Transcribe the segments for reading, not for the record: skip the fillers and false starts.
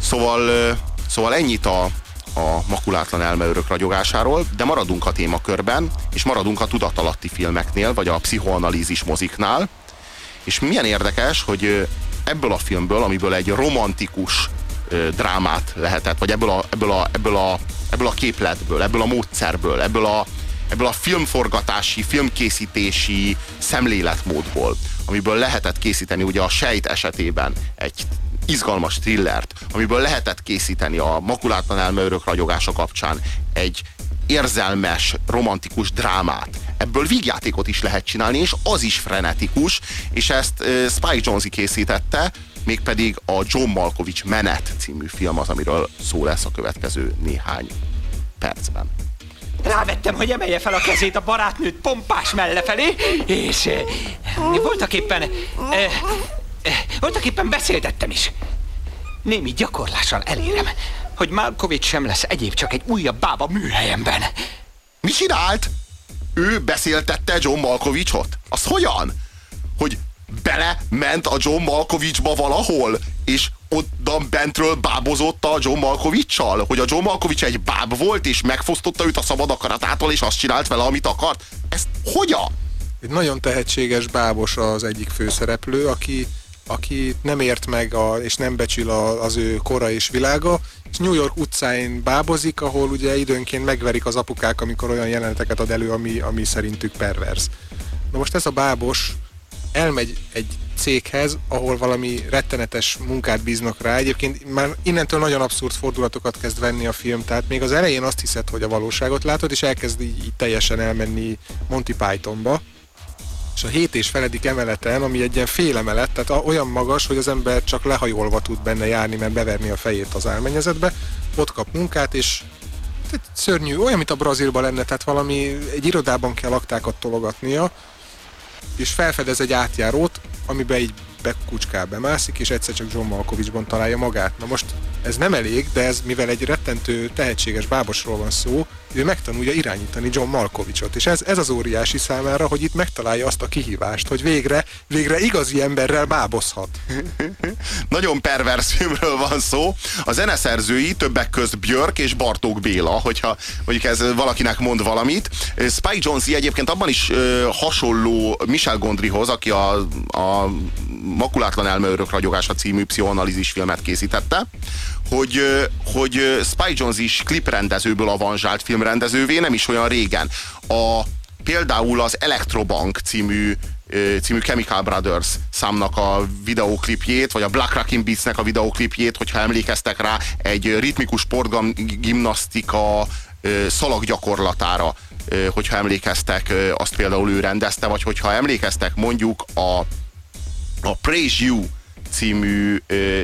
Szóval ennyit a makulátlan elmeőrök ragyogásáról, de maradunk a témakörben, és maradunk a tudatalatti filmeknél, vagy a pszichoanalízis moziknál. És milyen érdekes, hogy ebből a filmből, amiből egy romantikus drámát lehetett, vagy ebből a képletből, ebből a módszerből, ebből a filmforgatási, filmkészítési szemléletmódból, amiből lehetett készíteni ugye a Sejt esetében egy izgalmas thrillert, amiből lehetett készíteni a makulátlan elmeőrök ragyogása kapcsán egy érzelmes, romantikus drámát. Ebből vígjátékot is lehet csinálni, és az is frenetikus, és ezt Spike Jonze készítette, mégpedig a John Malkovich Menet című film az, amiről szó lesz a következő néhány percben. Rávettem, hogy emelje fel a kezét a barátnőt pompás melle felé, és voltak éppen beszéltettem is. Némi gyakorlással elérem, hogy Malkovich sem lesz egyéb csak egy újabb bába műhelyemben. Mi csinált? Ő beszéltette John Malkovichot? Az hogyan? Hogy belement a John Malkovichba valahol, és oda bentről bábozott a John Malkovichsal? Hogy a John Malkovich egy báb volt, és megfosztotta őt a szabad akaratától, és azt csinált vele, amit akart? Ezt hogyan? Egy nagyon tehetséges bábos az egyik főszereplő, aki nem ért meg és nem becsül az ő kora és világa, és New York utcáin bábozik, ahol ugye időnként megverik az apukák, amikor olyan jeleneteket ad elő, ami szerintük perverz. Na most ez a bábos elmegy egy céghez, ahol valami rettenetes munkát bíznak rá. Egyébként már innentől nagyon abszurd fordulatokat kezd venni a film, tehát még az elején azt hiszed, hogy a valóságot látod, és elkezd így teljesen elmenni Monty Pythonba. És a 7,5. emeleten, ami egy ilyen félemelet, tehát olyan magas, hogy az ember csak lehajolva tud benne járni, mert beverni a fejét az álmennyezetbe, ott kap munkát, és szörnyű, olyan, mint a Brazílban lenne, tehát egy irodában kell aktákat tologatnia, és felfedez egy átjárót, amiben így bekucskál, bemászik, és egyszer csak John Malkovichban találja magát. Na most ez nem elég, de ez, mivel egy rettentő tehetséges bábosról van szó, ő megtanulja irányítani John Malkovichot, és ez az óriási számára, hogy itt megtalálja azt a kihívást, hogy végre igazi emberrel bábozhat. Nagyon pervers filmről van szó. A zeneszerzői többek közt Björk és Bartók Béla, hogyha mondjuk ez valakinek mond valamit. Spike Jonze egyébként abban is hasonló Michel Gondryhoz, aki a Makulátlan elmeőrök ragyogása című pszichoanalízis filmet készítette, hogy Spike Jonze is kliprendezőből avanzsált filmrendezővé nem is olyan régen. Például az Electrobank című Chemical Brothers számnak a videóklipjét, vagy a Black Rockin' Beatsnek a videóklipjét, hogyha emlékeztek rá, egy ritmikus sportgimnasztika szalaggyakorlatára, hogyha emlékeztek, azt például ő rendezte, vagy hogyha emlékeztek mondjuk a Praise You című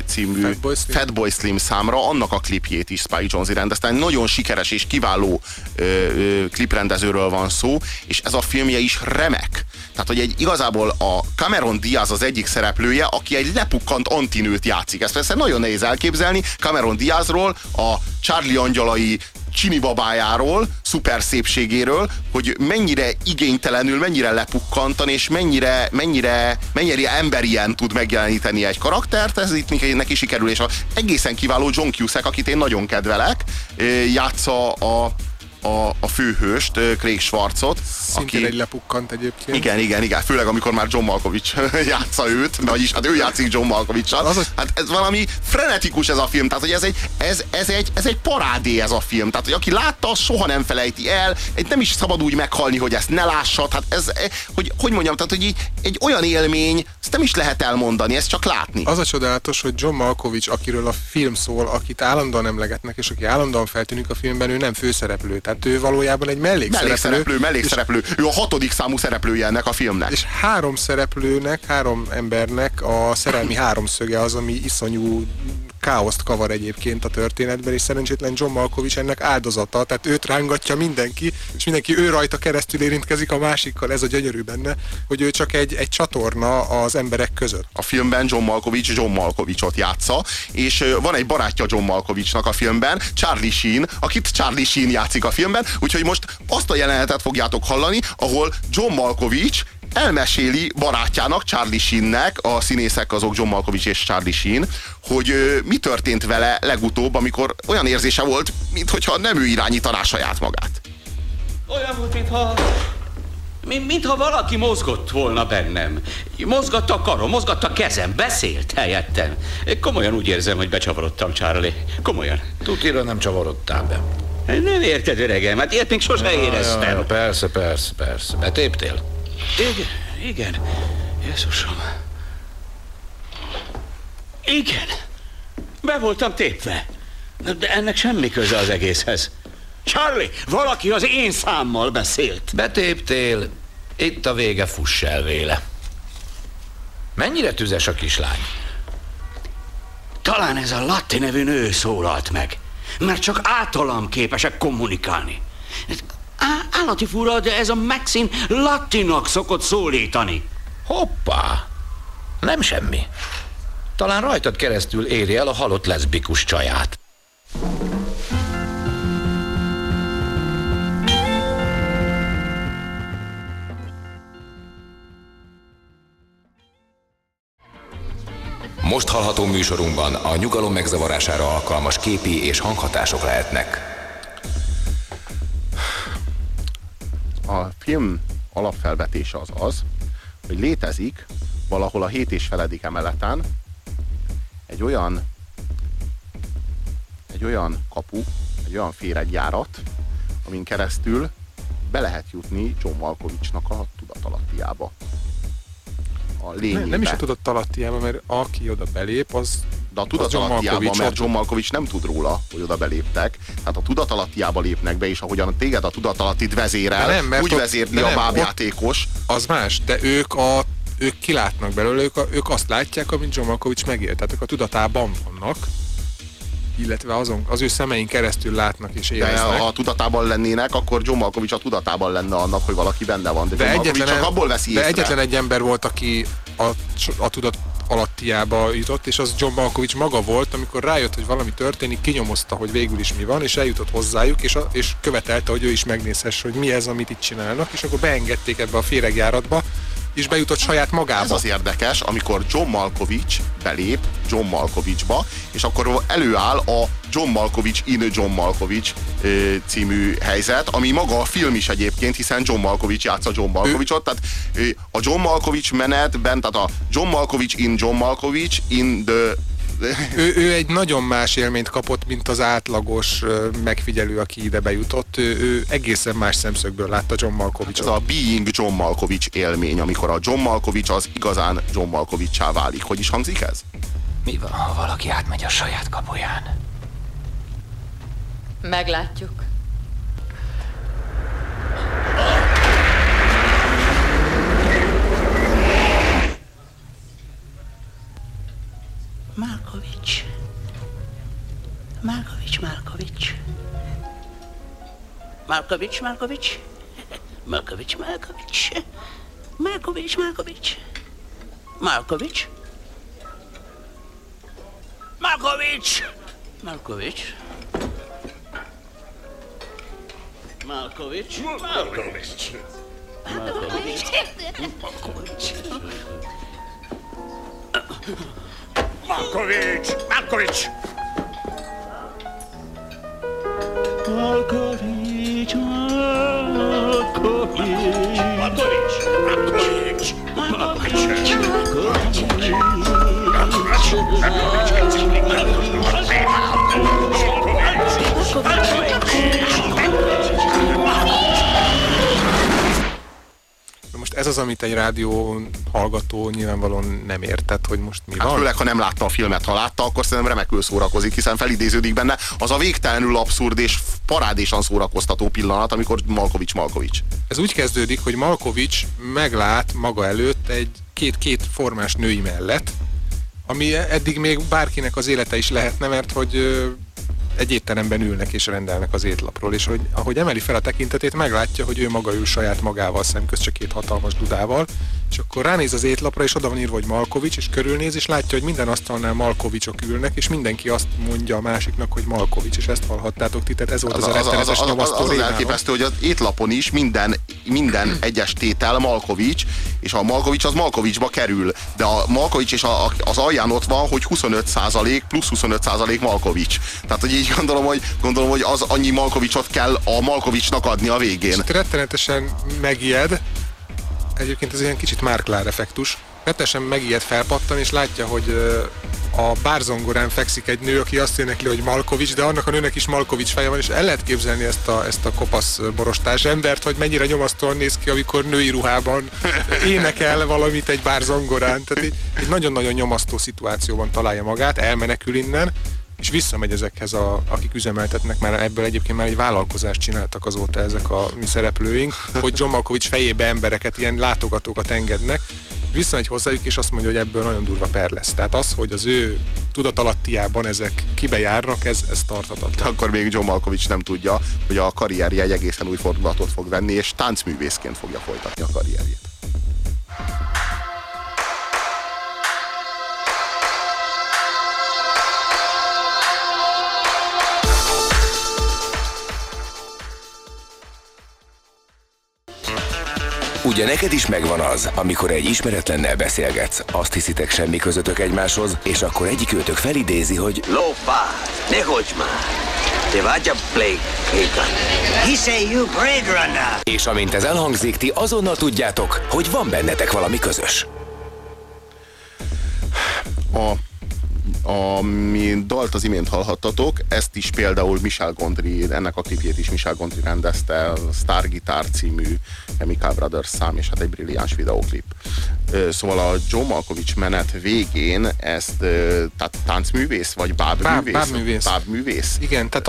Fatboy Slim számra, annak a klipjét is Spike Jonze rendezte. Egy nagyon sikeres és kiváló kliprendezőről van szó, és ez a filmje is remek. Tehát, hogy igazából a Cameron Diaz az egyik szereplője, aki egy lepukkant antinőt játszik. Ezt persze nagyon nehéz elképzelni. Cameron Diazról, a Charlie angyalai csinibabájáról, szuper szépségéről, hogy mennyire igénytelenül, mennyire lepukkantan, és mennyire emberien tud megjeleníteni egy karaktert, ez itt neki sikerül, és egészen kiváló John Cusack, akit én nagyon kedvelek, játsza a főhőst, Craig Schwartzot. Szintén egy lepukkant egyébként. Igen, főleg amikor már John Malkovich játsza őt, vagyis hát ő játszik John Malkovichsal. Hát ez valami frenetikus ez a film, tehát hogy ez egy parádé ez a film, tehát hogy aki látta, az soha nem felejti el, nem is szabad úgy meghalni, hogy ezt ne lássad, hát ez, hogy mondjam, tehát hogy egy olyan élmény, ezt nem is lehet elmondani, ezt csak látni. Az a csodálatos, hogy John Malkovich, akiről a film szól, akit állandóan emlegetnek, és aki állandóan feltűnik a filmben, ő nem főszereplő. Tehát ő valójában egy mellékszereplő. Ő a 6. számú szereplője ennek a filmnek. És 3 szereplőnek, 3 embernek a szerelmi háromszöge az, ami iszonyú káoszt kavar egyébként a történetben, és szerencsétlen John Malkovich ennek áldozata, tehát őt rángatja mindenki, és mindenki ő rajta keresztül érintkezik a másikkal, ez a gyönyörű benne, hogy ő csak egy csatorna az emberek között. A filmben John Malkovichot játsza, és van egy barátja John Malkovichnak a filmben, Charlie Sheen, akit Charlie Sheen játszik a filmben, úgyhogy most azt a jelenetet fogjátok hallani, ahol John Malkovich elmeséli barátjának, Charlie Sheennek, a színészek azok John Malkovich és Charlie Sheen, hogy mi történt vele legutóbb, amikor olyan érzése volt, mintha nem ő irányítaná saját magát. Olyan volt, mintha valaki mozgott volna bennem. Mozgatta a karom, mozgatta a kezem, beszélt helyettem. Komolyan úgy érzem, hogy becsavarodtam, Charlie. Komolyan. Tutira nem csavarodtál be. Nem érted, öregem, hát ilyet még sose éreztem. Ja, persze. Betéptél? Igen. Jézusom. Igen. Be voltam tépve. De ennek semmi köze az egészhez. Charlie, valaki az én számmal beszélt. Betéptél, itt a vége, fuss el véle. Mennyire tüzes a kislány? Talán ez a Latti nevű nő szólalt meg, mert csak általam képesek kommunikálni. Állati fura, de ez a Maxine Lattinak szokott szólítani. Hoppá, nem semmi. Talán rajtad keresztül éri el a halott leszbikus csaját. Most hallható műsorunkban a nyugalom megzavarására alkalmas képi és hanghatások lehetnek. A film alapfelvetése az, hogy létezik valahol a 7,5. emeleten egy olyan kapu, egy olyan féregyjárat, amin keresztül be lehet jutni John Malkovichnak a tudatalattiába. A lényébe. Nem is a tudatalattiába, mert aki oda belép, az de a tudatalattiába, mert John Malkovich nem tud róla, hogy oda beléptek. Tehát a tudatalattiába lépnek be, és ahogyan téged a tudatalattit vezérel, úgy vezérli a bábjátékos. Az más, de ők kilátnak belőle, ők azt látják, amit John Malkovich megélt. Tehát ők a tudatában vannak, illetve az ő szemein keresztül látnak és éreznek. De ha a tudatában lennének, akkor John Malkovich a tudatában lenne annak, hogy valaki benne van. De John Malkovich csak abból veszi észre. De egyetlen egy ember volt, aki a tudat alattiába jutott, és az John Malkovich maga volt, amikor rájött, hogy valami történik, kinyomozta, hogy végül is mi van, és eljutott hozzájuk, és követelte, hogy ő is megnézhesse, hogy mi ez, amit itt csinálnak, és akkor beengedték ebbe a féregjáratba, és bejutott saját magába. Ez az érdekes, amikor John Malkovich belép John Malkovichba, és akkor előáll a John Malkovich in John Malkovich című helyzet, ami maga a film is egyébként, hiszen John Malkovich játsza John Malkovichot, tehát a John Malkovich menetben, tehát a John Malkovich in the ő egy nagyon más élményt kapott, mint az átlagos megfigyelő, aki ide bejutott. Ő egészen más szemszögből látta John Malkovichot. Ez a Being John Malkovich élmény, amikor a John Malkovich az igazán John Malkovich-sá válik. Hogy is hangzik ez? Mi van, ha valaki átmegy a saját kapuján? Meglátjuk. Malkovich. Most ez az, amit egy rádió hallgató nyilvánvalóan nem értett, hogy most mi van. Főleg, ha nem látta a filmet, ha látta, akkor szerintem remekül szórakozik, hiszen felidéződik benne az a végtelenül abszurd és parádésan szórakoztató pillanat, amikor Malkovich. Ez úgy kezdődik, hogy Malkovich meglát maga előtt egy két formás női mellett, ami eddig még bárkinek az élete is lehetne, mert hogy egy étteremben ülnek és rendelnek az étlapról, és hogy ahogy emeli fel a tekintetét, meglátja, hogy ő maga ül saját magával szemközt, csak két hatalmas dudával, és akkor ránéz az étlapra, és oda van írva, hogy Malkovich, és körülnéz, és látja, hogy minden asztalnál Malkovichok ülnek, és mindenki azt mondja a másiknak, hogy Malkovich, és ezt hallhattátok ti, tehát ez volt az a rettenetes nyomasztó az elképesztő, hogy az étlapon is minden egyes tétel Malkovich, és a Malkovich az Malkovichba kerül, de a Malkovich és az alján ott van, hogy 25% plusz 25% Malkovich. Tehát, hogy így gondolom, hogy az annyi Malkovichot kell a Malkovichnak adni a végén. És rettenetesen megijed, egyébként ez ilyen kicsit Mark-Lár effektus, rettenetesen megijed, felpattan, és látja, hogy a bárzongorán fekszik egy nő, aki azt énekli, hogy Malkovich, de annak a nőnek is Malkovich feje van, és el lehet képzelni ezt a kopasz borostás embert, hogy mennyire nyomasztóan néz ki, amikor női ruhában énekel valamit egy bárzongorán. Tehát egy nagyon-nagyon nyomasztó szituációban találja magát, elmenekül innen, és visszamegy ezekhez, akik üzemeltetnek, már ebből egyébként már egy vállalkozást csináltak azóta ezek a mi szereplőink, hogy John Malkovich fejébe embereket, ilyen látogatókat engednek, visszamegy hozzájuk, és azt mondja, hogy ebből nagyon durva per lesz. Tehát az, hogy az ő tudatalattiában ezek kibejárnak, ez tarthatatlan. Akkor még John Malkovich nem tudja, hogy a karrierje egy egészen új fordulatot fog venni, és táncművészként fogja folytatni a karrierjét. Ugye neked is megvan az, amikor egy ismeretlennel beszélgetsz, azt hiszitek semmi közöttök egymáshoz, és akkor egyikőtök felidézi, hogy Lópá, ne hogy már! Te vagy a Blake Hagan. Hisze you Blade Runner! és amint ez elhangzik, ti azonnal tudjátok, hogy van bennetek valami közös. Ami dalt az imént hallhattatok, ezt is például Michel Gondry, ennek a klipjét is Michel Gondry rendezte, a Star Guitar című Chemical Brothers szám, és hát egy brilliáns videóklip. Szóval a John Malkovich menet végén ezt, tehát táncművész, vagy bábművész? Bábművész. Igen, tehát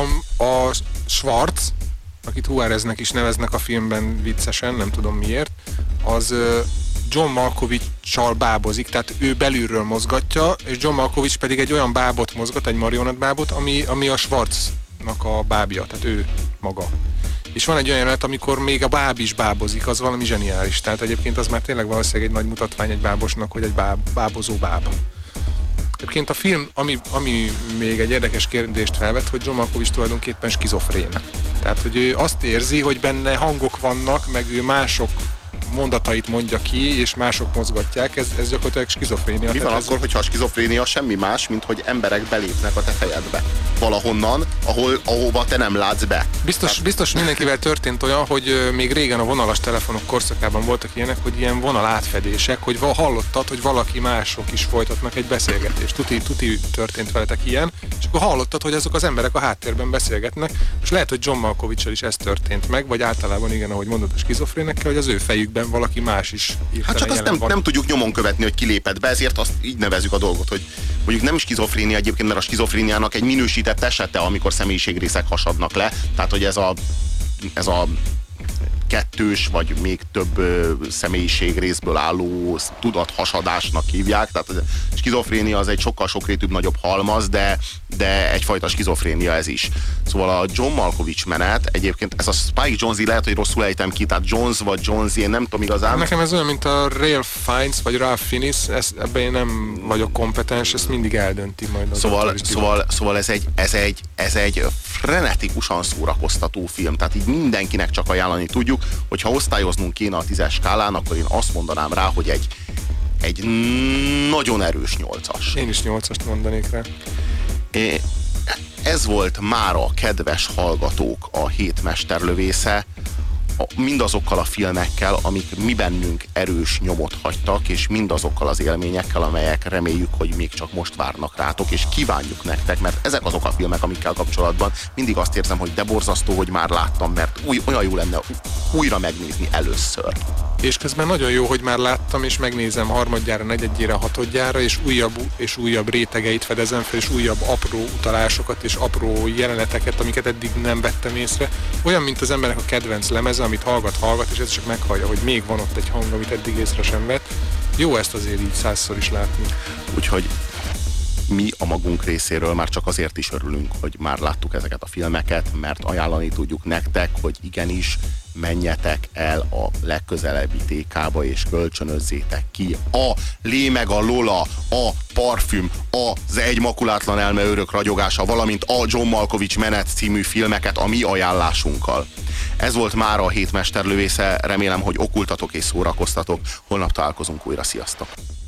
a Schwarz, akit Juáreznek is neveznek a filmben viccesen, nem tudom miért, az John Malkovich-csal bábozik, tehát ő belülről mozgatja, és John Malkovich pedig egy olyan bábot mozgat, egy marionettbábot, ami a Schwarznak a bábja, tehát ő maga. És van egy olyan jelenet, amikor még a báb is bábozik, az valami zseniális. Tehát egyébként az már tényleg valószínűleg egy nagy mutatvány egy bábosnak, hogy egy bábozó báb. Egyébként a film, ami még egy érdekes kérdést felvet, hogy John Malkovich tulajdonképpen skizofrén. Tehát, hogy ő azt érzi, hogy benne hangok vannak, meg ő mások mondatait mondja ki, és mások mozgatják, ez gyakorlatilag skizofrénia. Mi van akkor, hogyha a skizofrénia semmi más, mint hogy emberek belépnek a te fejedbe? Valahonnan, ahova te nem látsz be. Biztos mindenkivel történt olyan, hogy még régen a vonalas telefonok korszakában voltak ilyenek, hogy ilyen vonalátfedések, hogy hallottad, hogy valaki mások is folytatnak egy beszélgetést. Tuti történt veletek ilyen, és akkor hallottad, hogy azok az emberek a háttérben beszélgetnek, és lehet, hogy John Malkovich-sal is ez történt meg, vagy általában igen, ahogy mondod a skizofrénekkel, hogy az ő fejükben valaki más is írta. Hát csak azt nem tudjuk nyomon követni, hogy kilépett be, ezért azt így nevezzük a dolgot, hogy mondjuk nem skizofrénia egyébként, mert a skizofréniának egy minősített esete, amikor személyiségrészek hasadnak le, tehát hogy ez a kettős, vagy még több személyiségrészből álló tudathasadásnak hívják, tehát a skizofrénia az egy sokkal sokrétűbb, nagyobb halmaz, de egyfajta skizofrénia ez is. Szóval a John Malkovich menet, egyébként ez a Spike Jonze, lehet, hogy rosszul ejtem ki, tehát Jones vagy Jonze, én nem tudom igazán. Nekem ez olyan, mint a Ralph Fiennes vagy Ralph Fiennes, ebben én nem vagyok kompetens, ezt mindig eldönti majd. Szóval ez egy frenetikusan szórakoztató film, tehát így mindenkinek csak ajánlani tudjuk, hogyha osztályoznunk kéne a 10-es skálán, akkor én azt mondanám rá, hogy egy nagyon erős 8-as. Én is 8-ast mondanék rá. Ez volt mára, kedves hallgatók, a hét mesterlövésze, mindazokkal a filmekkel, amik mi bennünk erős nyomot hagytak, és mindazokkal az élményekkel, amelyek reméljük, hogy még csak most várnak rátok, és kívánjuk nektek, mert ezek azok a filmek, amikkel kapcsolatban mindig azt érzem, hogy de borzasztó, hogy már láttam, mert olyan jó lenne újra megnézni először. És közben nagyon jó, hogy már láttam, és megnézem harmadjára, negyedjére, hatodjára, és újabb rétegeit fedezem fel, és újabb apró utalásokat, és apró jeleneteket, amiket eddig nem vettem észre. Olyan, mint az embernek a kedvenc lemeze, amit hallgat, és ez csak meghallja, hogy még van ott egy hang, amit eddig észre sem vett. Jó ezt azért így 100-szor is látni. Úgyhogy mi a magunk részéről már csak azért is örülünk, hogy már láttuk ezeket a filmeket, mert ajánlani tudjuk nektek, hogy igenis menjetek el a legközelebbi TK-ba és kölcsönözzétek ki a Lé meg a Lola, a Parfüm, az Egy makulátlan elme örök ragyogása, valamint a John Malkovich Menet című filmeket a mi ajánlásunkkal. Ez volt már a hét mesterlövésze, remélem, hogy okultatok és szórakoztatok. Holnap találkozunk újra, sziasztok!